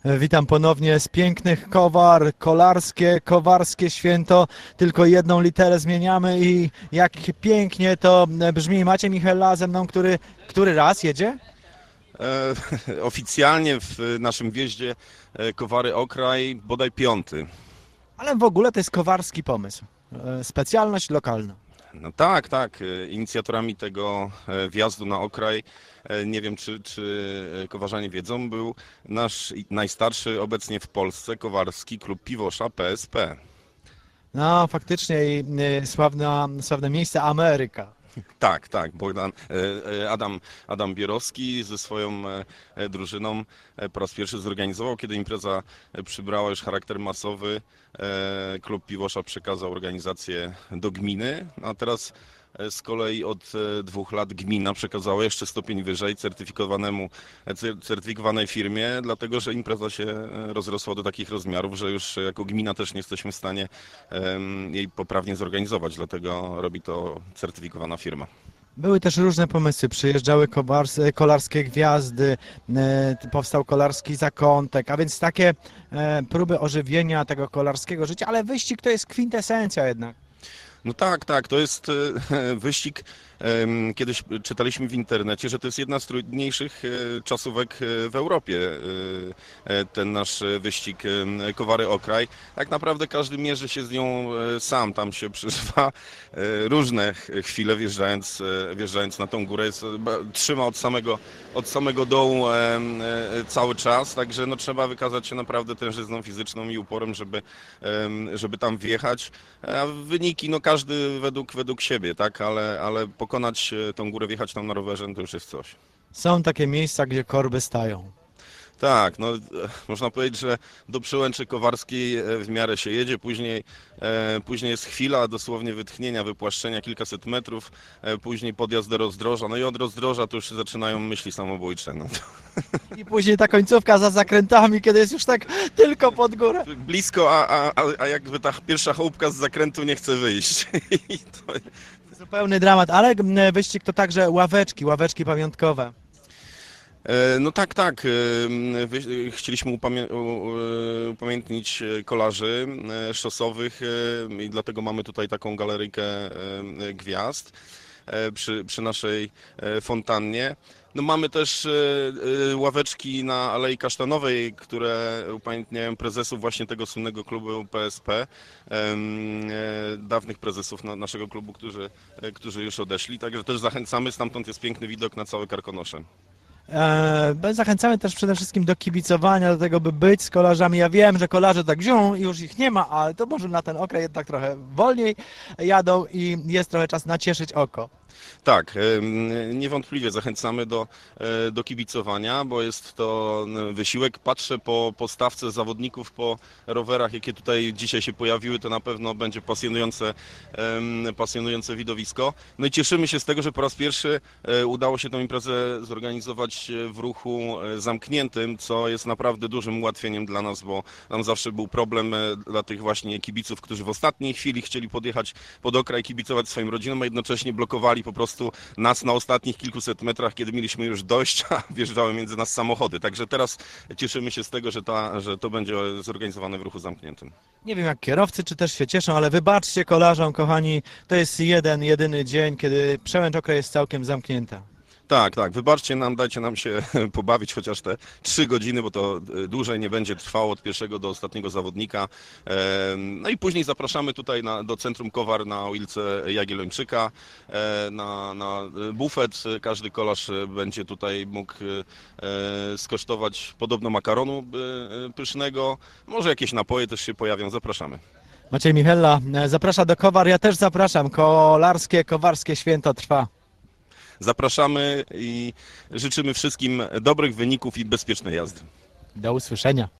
Witam ponownie z pięknych Kowar, kowarskie święto, tylko jedną literę zmieniamy i jak pięknie to brzmi. Maciej Michela ze mną, który raz jedzie? Oficjalnie w naszym wjeździe Kowary Okraj bodaj piąty. Ale w ogóle to jest kowarski pomysł, specjalność lokalna. No tak, tak. Inicjatorami tego wjazdu na Okraj, nie wiem czy kowarzanie wiedzą, był nasz najstarszy obecnie w Polsce kowarski klub piwosza PSP. No faktycznie i sławne miejsce Ameryka. Tak, tak. Adam Bierowski ze swoją drużyną po raz pierwszy zorganizował, kiedy impreza przybrała już charakter masowy. Klub Piwosza przekazał organizację do gminy, a teraz z kolei od 2 lat gmina przekazała jeszcze stopień wyżej certyfikowanej firmie, dlatego że impreza się rozrosła do takich rozmiarów, że już jako gmina też nie jesteśmy w stanie jej poprawnie zorganizować, dlatego robi to certyfikowana firma. Były też różne pomysły, przyjeżdżały kolarskie gwiazdy, powstał kolarski zakątek, a więc takie próby ożywienia tego kolarskiego życia, ale wyścig to jest kwintesencja jednak. No tak, tak, to jest wyścig. Kiedyś czytaliśmy w internecie, że to jest jedna z trudniejszych czasówek w Europie, ten nasz wyścig Kowary Okraj. Tak naprawdę każdy mierzy się z nią sam, tam się przeżywa różne chwile wjeżdżając na tą górę. Trzyma od samego dołu cały czas, także no, trzeba wykazać się naprawdę tężyzną fizyczną i uporem, żeby tam wjechać. A wyniki, no każdy według siebie, tak, ale pokonać tą górę, wjechać tam na rowerze, to już jest coś. Są takie miejsca, gdzie korby stają. Tak, no można powiedzieć, że do Przełęczy Kowarskiej w miarę się jedzie, później jest chwila dosłownie wytchnienia, wypłaszczenia kilkaset metrów, później podjazd do Rozdroża, no i od Rozdroża to już się zaczynają myśli samobójcze. No. I później ta końcówka za zakrętami, kiedy jest już tak tylko pod górę. Blisko, a jakby ta pierwsza chałupka z zakrętu nie chce wyjść. I to... Zupełny dramat, ale wyścig to także ławeczki pamiątkowe. No tak, tak. Chcieliśmy upamiętnić kolarzy szosowych i dlatego mamy tutaj taką galeryjkę gwiazd przy naszej fontannie. No mamy też ławeczki na Alei Kasztanowej, które upamiętniają prezesów właśnie tego słynnego klubu PSP, dawnych prezesów naszego klubu, którzy już odeszli. Także też zachęcamy, stamtąd jest piękny widok na całe Karkonosze. Zachęcamy też przede wszystkim do kibicowania, do tego, by być z kolarzami. Ja wiem, że kolarze tak zią i już ich nie ma, ale to może na ten okres jednak trochę wolniej jadą i jest trochę czas nacieszyć oko. Tak, niewątpliwie zachęcamy do kibicowania, bo jest to wysiłek. Patrzę po stawce zawodników, po rowerach, jakie tutaj dzisiaj się pojawiły, to na pewno będzie pasjonujące widowisko. No i cieszymy się z tego, że po raz pierwszy udało się tę imprezę zorganizować w ruchu zamkniętym, co jest naprawdę dużym ułatwieniem dla nas, bo nam zawsze był problem dla tych właśnie kibiców, którzy w ostatniej chwili chcieli podjechać pod Okraj, kibicować swoim rodzinom, a jednocześnie blokowali po prostu nas na ostatnich kilkuset metrach, kiedy mieliśmy już dojść, a wjeżdżały między nas samochody. Także teraz cieszymy się z tego, że to będzie zorganizowane w ruchu zamkniętym. Nie wiem jak kierowcy, czy też się cieszą, ale wybaczcie kolarzom, kochani, to jest jedyny dzień, kiedy Przełęcz Okraj jest całkiem zamknięta. Tak, tak, wybaczcie nam, dajcie nam się pobawić chociaż te 3 godziny, bo to dłużej nie będzie trwało od pierwszego do ostatniego zawodnika. No i później zapraszamy tutaj do Centrum Kowar na ulicę Jagiellończyka, na bufet. Każdy kolarz będzie tutaj mógł skosztować podobno makaronu pysznego. Może jakieś napoje też się pojawią, zapraszamy. Maciej Michela zaprasza do Kowar, ja też zapraszam, kowarskie święto trwa. Zapraszamy i życzymy wszystkim dobrych wyników i bezpiecznej jazdy. Do usłyszenia.